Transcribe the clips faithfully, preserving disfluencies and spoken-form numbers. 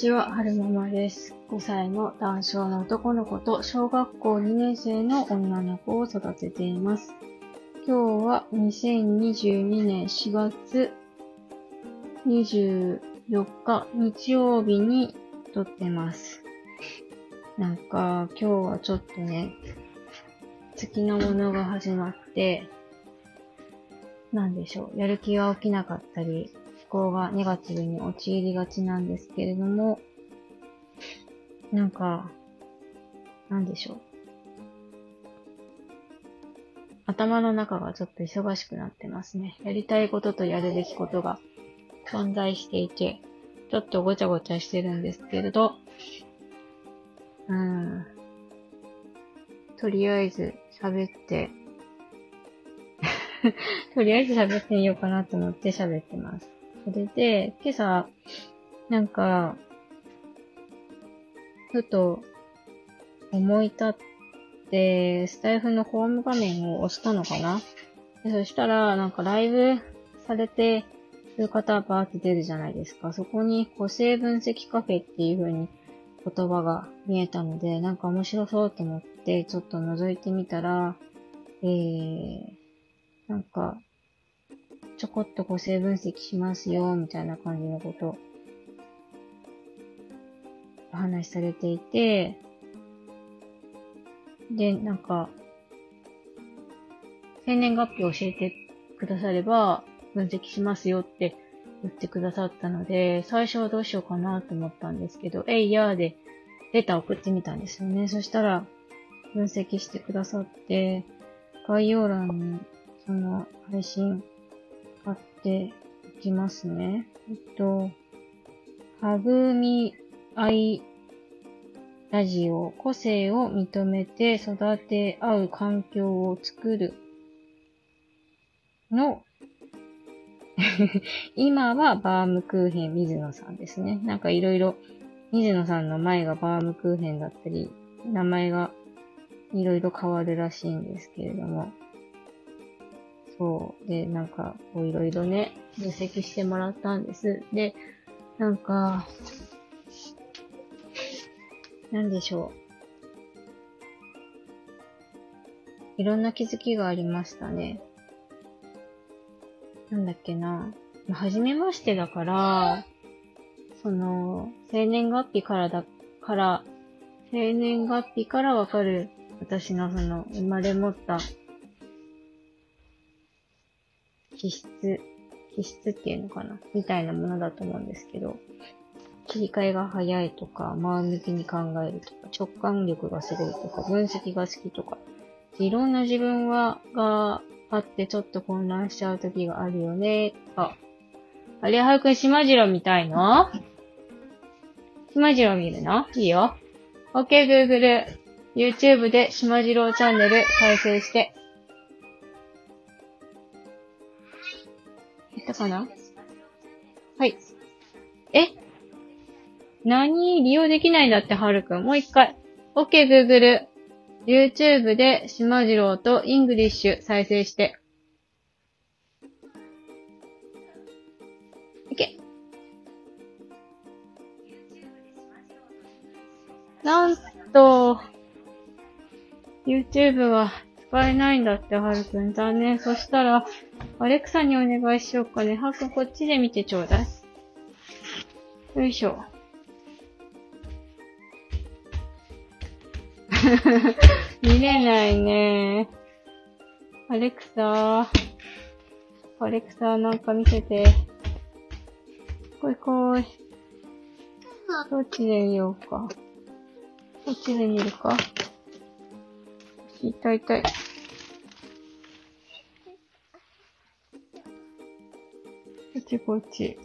ちは、はるままです。ごさいの男性の男の子と小学校にねん生の女の子を育てています。今日はにせんにじゅうにねんしがつにじゅうよっか日曜日に撮ってます。なんか今日はちょっとね、月のものが始まって、なんでしょう、やる気が起きなかったり、思考がネガティブに陥りがちなんですけれども、なんか、なんでしょう。頭の中がちょっと忙しくなってますね。やりたいこととやるべきことが存在していて、ちょっとごちゃごちゃしてるんですけれど、うーん、とりあえず喋って、とりあえず喋ってみようかなと思って喋ってます。それで、今朝、なんか、ふと思い立って、スタイフのホーム画面を押したのかな。でそしたら、なんかライブされてる方バーって出るじゃないですか。そこに個性分析カフェっていう風に言葉が見えたので、なんか面白そうと思ってちょっと覗いてみたら、えー、なんか、ちょこっと個性分析しますよ、みたいな感じのことをお話しされていて、で、なんか、生年月日を教えてくだされば分析しますよって言ってくださったので、最初はどうしようかなと思ったんですけど、えいやーでデータ送ってみたんですよね。そしたら分析してくださって、概要欄にその配信貼っておきますね。えっと、はぐみあいラジオ、個性を認めて育て合う環境を作るの今はバームクーヘン水野さんですね。なんかいろいろ水野さんの前がバームクーヘンだったり、名前がいろいろ変わるらしいんですけれども。そう。で、なんかこういろいろね、分析してもらったんです。で、なんか、なんでしょう。いろんな気づきがありましたね。なんだっけな。はじめましてだから、その、生年月日からだ、から、生年月日からわかる私のその生まれ持った気質、気質っていうのかなみたいなものだと思うんですけど、切り替えが早いとか、前向きに考えるとか、直感力がすごいとか、分析が好きとか、いろんな自分は、があってちょっと混乱しちゃう時があるよね、とか。あれ、はるくん、しまじろう見たいの？しまじろう見るの？いいよ。OK, Google。YouTube でしまじろうチャンネル再生して。いったかな？はい。え？何？利用できないんだって、はるくん。もう一回。OK, Google。YouTube でしまじろうとイングリッシュ再生して。OK。なんと、YouTube は使えないんだって、はるくん。残念。そしたら、アレクサにお願いしようかね。はるくん、こっちで見てちょうだい。よいしょ。見れないね。アレクサ、アレクサなんか見せて。こいこい。どっちで見ようか。こっちで見るか。痛い痛い。こっちこっち。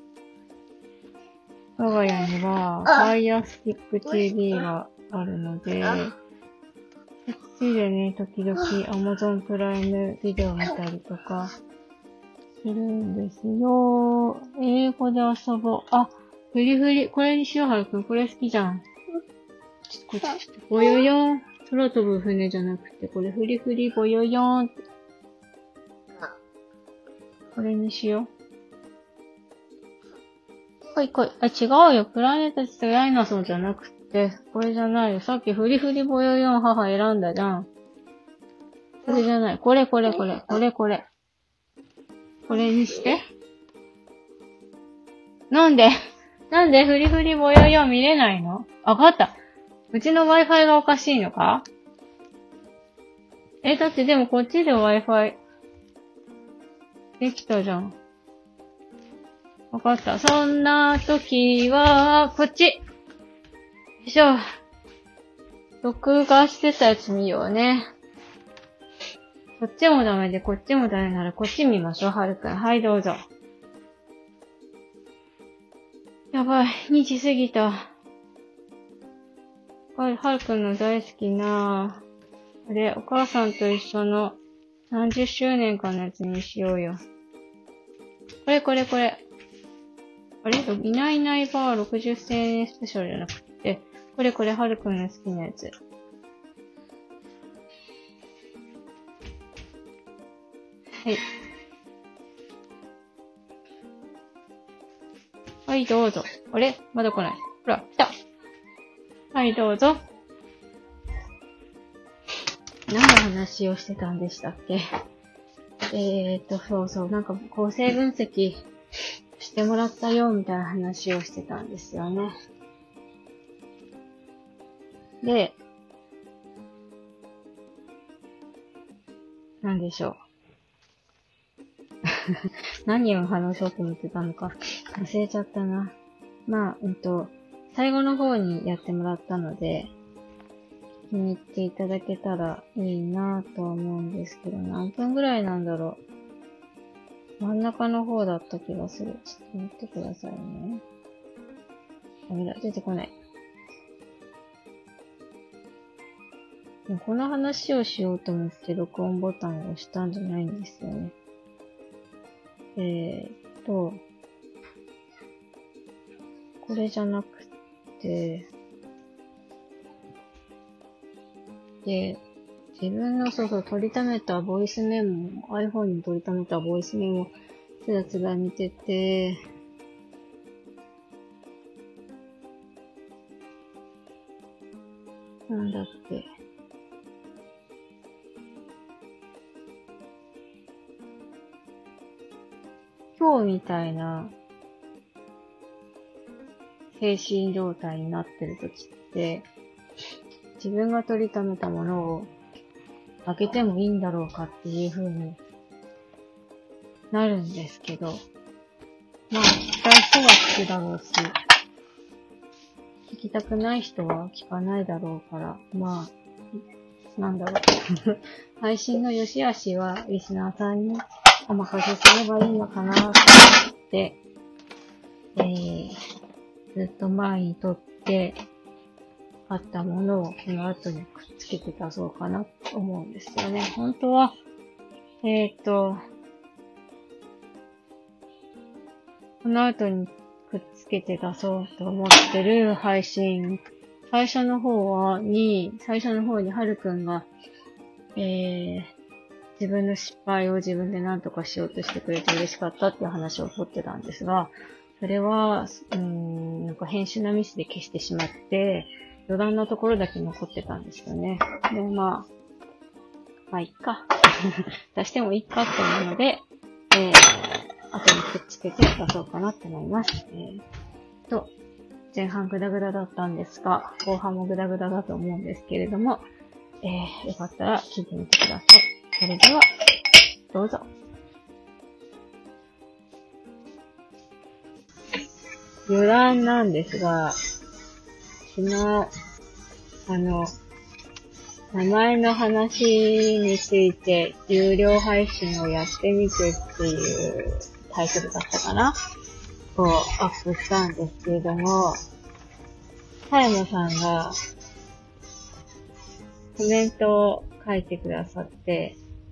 我が家には、Fire Stick ティーブイ があるので、こっちでね、時々 Amazon プライムビデオ見たりとか、するんですよ。英語で遊ぼう。あ、フリフリ。これにしよう、はるくん。これ好きじゃん。ちょっとこっち、ちょっとボヨヨン。空飛ぶ船じゃなくて、これフリフリボヨヨンって。これにしよ来い来い。あ、違うよ。プラネタチとヤイナソンじゃなくて、これじゃないよ。さっきフリフリボヨヨン母選んだじゃん。これじゃない。これこれこれ。これこれ。これにして。なんでなんでフリフリボヨヨン見れないの？わかった。うちの Wi-Fi がおかしいのか？え、だってでもこっちで Wi-Fi できたじゃん。わかった。そんな時は、こっち。よいしょ。録画してたやつ見ようね。こっちもダメで、こっちもダメならこっち見ましょう、はるくん。はい、どうぞ。やばい、にじ過ぎた。はるくんの大好きな、あれ、お母さんと一緒の何十周年かのやつにしようよ。これこれこれ。あれいないいないばーろくじゅっせんえんスペシャルじゃなくて、これこれはるくんの好きなやつ。はい。はい、どうぞ。あれまだ来ない。ほら、来た。はい、どうぞ。何の話をしてたんでしたっけ？えーと、そうそう、なんか構成分析してもらったよ、みたいな話をしてたんですよね。で、なんでしょう。何を話そうと思ってたのか忘れちゃったな。まあ、うんと、最後の方にやってもらったので、気に入っていただけたらいいなぁと思うんですけど、何分ぐらいなんだろう。真ん中の方だった気がする。ちょっと待ってくださいね。ダメだ、出てこない。この話をしようと思って録音ボタンを押したんじゃないんですよね。えーっと、これじゃなくて、で、自分のそうそう取りためたボイスメモ、iPhone に取りためたボイスメモ、つらつら見てて、なんだっけ。今日みたいな精神状態になってる時って、自分が取りためたものを開けてもいいんだろうかっていう風になるんですけど、まあ、聞きたい人は聞くだろうし、聞きたくない人は聞かないだろうから、まあ、なんだろう。配信の良し悪しはリスナーさんにお任せすればいいのかなと思って、えー、ずっと前に撮ってあったものをこの後にくっつけて出そうかなと思うんですよね。本当は、えーと、この後にくっつけて出そうと思ってる配信、最初の方は、に、最初の方にはるくんが、えー、自分の失敗を自分で何とかしようとしてくれて嬉しかったっていう話を撮ってたんですが、それは、うーん、なんか編集のミスで消してしまって、余談のところだけ残ってたんですよね。で、まあ、まあ、いっか。出してもいいかって思うので、えー、後にくっつけて出そうかなって思います。えー、と、前半グダグダだったんですが、後半もグダグダだと思うんですけれども、えー、よかったら聞いてみてください。それでは、どうぞ。余談なんですが、昨日、あの、名前の話について有料配信をやってみてっていうタイトルだったかなをアップしたんですけれども、さやもさんがコメントを書いてくださって、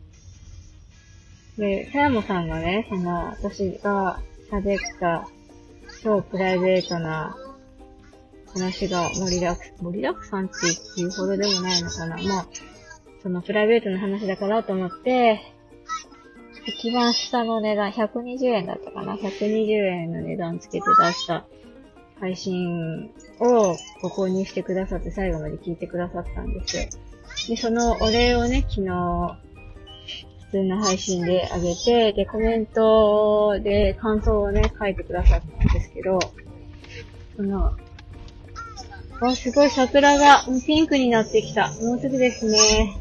で、さやもさんがね、その、私が喋った超プライベートな話が盛りだく、盛りだくさんっていうほどでもないのかな。まあ、そのプライベートな話だからと思って、 一番下の値段、ひゃくにじゅうえんだったかな ?ひゃくにじゅうえんの値段つけて出した配信をご購入してくださって最後まで聞いてくださったんですよ。で、そのお礼をね、昨日、普通の配信であげて、で、コメントで感想をね、書いてくださったんですけど、その、あ、すごい桜がピンクになってきた。もうすぐですね。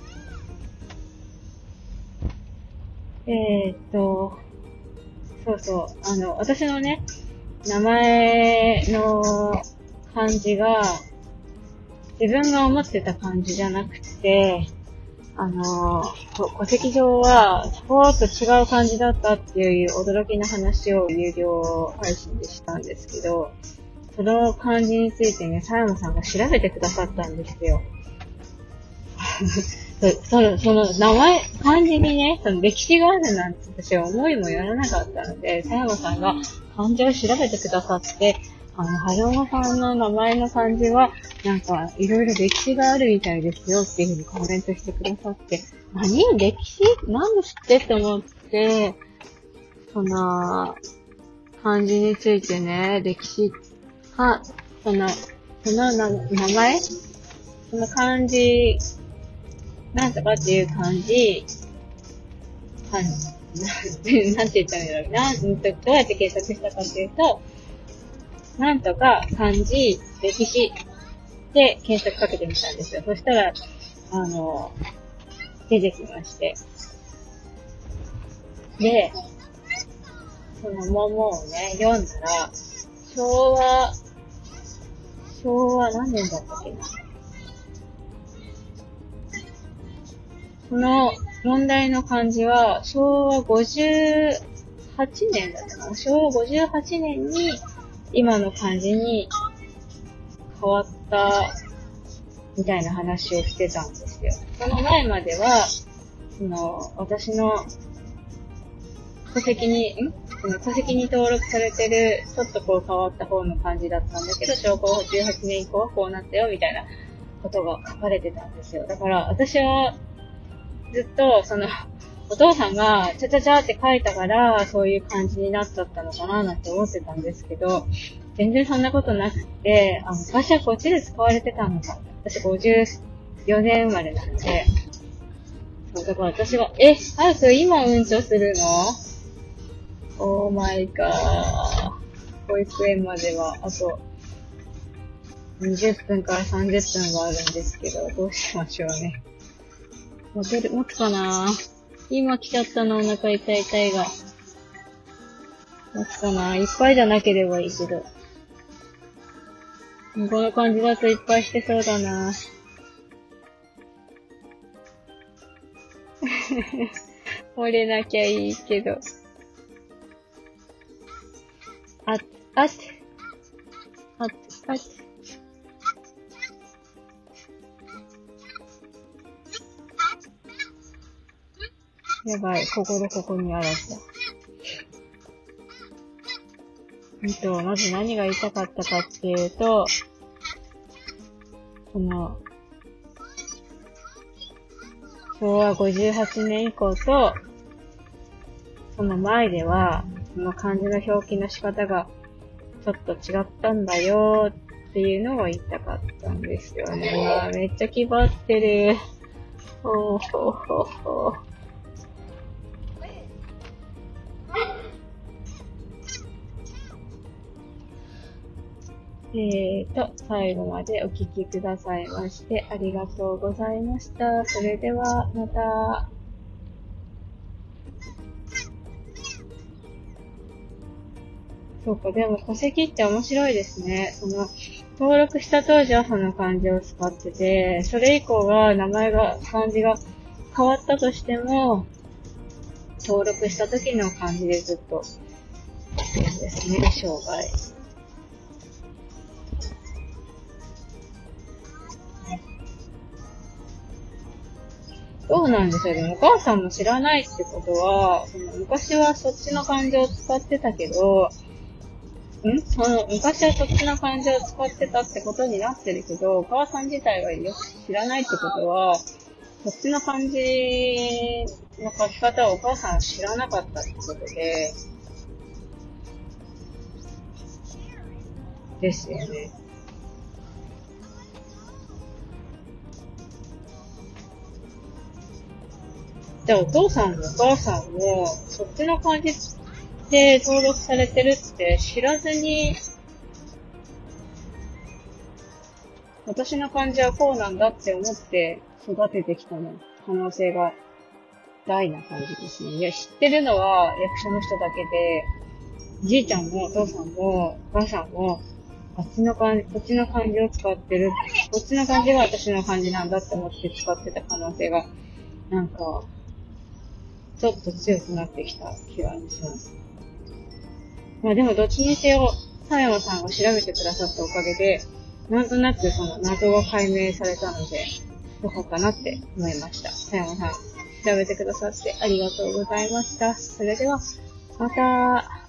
えーっと、そうそう、あの、私のね、名前の漢字が、自分が思ってた漢字じゃなくて、あの、戸籍上は、ほーっと違う漢字だったっていう驚きの話を有料配信でしたんですけど、その漢字についてね、佐山さんが調べてくださったんですよ。その、その名前、漢字にね、その歴史があるなんて私は思いもよらなかったので、佐山さんが漢字を調べてくださって、あの、はるまさんの名前の漢字は、なんか、いろいろ歴史があるみたいですよっていうふうにコメントしてくださって、何歴史なんで知ってって思って、その、漢字についてね、歴史か、その、そのな名前その漢字、なんとかっていう漢字、漢字、なんて言ったらいいんだろう。なん、どうやって検索したかっていうと、なんとか漢字、歴史で検索かけてみたんですよ。そしたら、あの、出てきまして。で、その桃をね、読んだら、昭和、昭和何年だったっけな。この問題の漢字は、昭和ごじゅうはちねんだったかな。昭和ごじゅうはちねんに、今の漢字に変わったみたいな話をしてたんですよ。その前までは、その私の戸籍に、んその戸籍に登録されてる、ちょっとこう変わった方の漢字だったんだけど、昭和じゅうはちねん以降はこうなったよみたいなことが書かれてたんですよ。だから私はずっとそのお父さんがちゃちゃちゃって書いたからそういう感じになっちゃったのかななんて思ってたんですけど、全然そんなことなくて、あ、昔はこっちで使われてたのか。私ごじゅうよねん生まれなので、そうだから私は、え、早く今うんちをするの？オーマイガー。保育園まではあとにじゅっぷんからさんじゅっぷんはあるんですけど、どうしましょうね。持てる、持つかな？今来ちゃったのお腹痛い痛いが。持つかな？いっぱいじゃなければいいけど。この感じだといっぱいしてそうだな。漏れなきゃいいけど。あっ、あっ、あっ、あっ。やばい、心ここにあらずだ。うんと、まず何が言いたかったかっていうと、この、昭和ごじゅうはちねん以降と、その前では、その漢字の表記の仕方がちょっと違ったんだよっていうのを言いたかったんですよね。うわ、めっちゃ気張ってる。ほうほうほうほう。えーと、最後までお聞きくださいましてありがとうございました。それではまた。そうか、でも戸籍って面白いですね。その、登録した当時はその漢字を使ってて、それ以降は名前が、漢字が変わったとしても、登録した時の漢字でずっと、そうですね、生涯。どうなんでしょう。でもお母さんも知らないってことは、その昔はそっちの漢字を使ってたけど、んその昔はそっちの漢字を使ってたってことになってるけど、お母さん自体はよく知らないってことは、そっちの漢字の書き方をお母さんは知らなかったってことで、ですよね。じゃあお父さんもお母さんもそっちの漢字で登録されてるって知らずに、私の漢字はこうなんだって思って育ててきたの可能性が大な感じですね。いや、知ってるのは役所の人だけで、じいちゃんもお父さんもお母さんもあっちの漢字、こっちの漢字を使ってる。こっちの漢字が私の漢字なんだって思って使ってた可能性が、なんか、ちょっと強くなってきた気がします。まあでもどっちにせよ、佐山さんが調べてくださったおかげで、なんとなくその謎が解明されたので、よかったなって思いました。佐山さん、調べてくださってありがとうございました。それでは、また。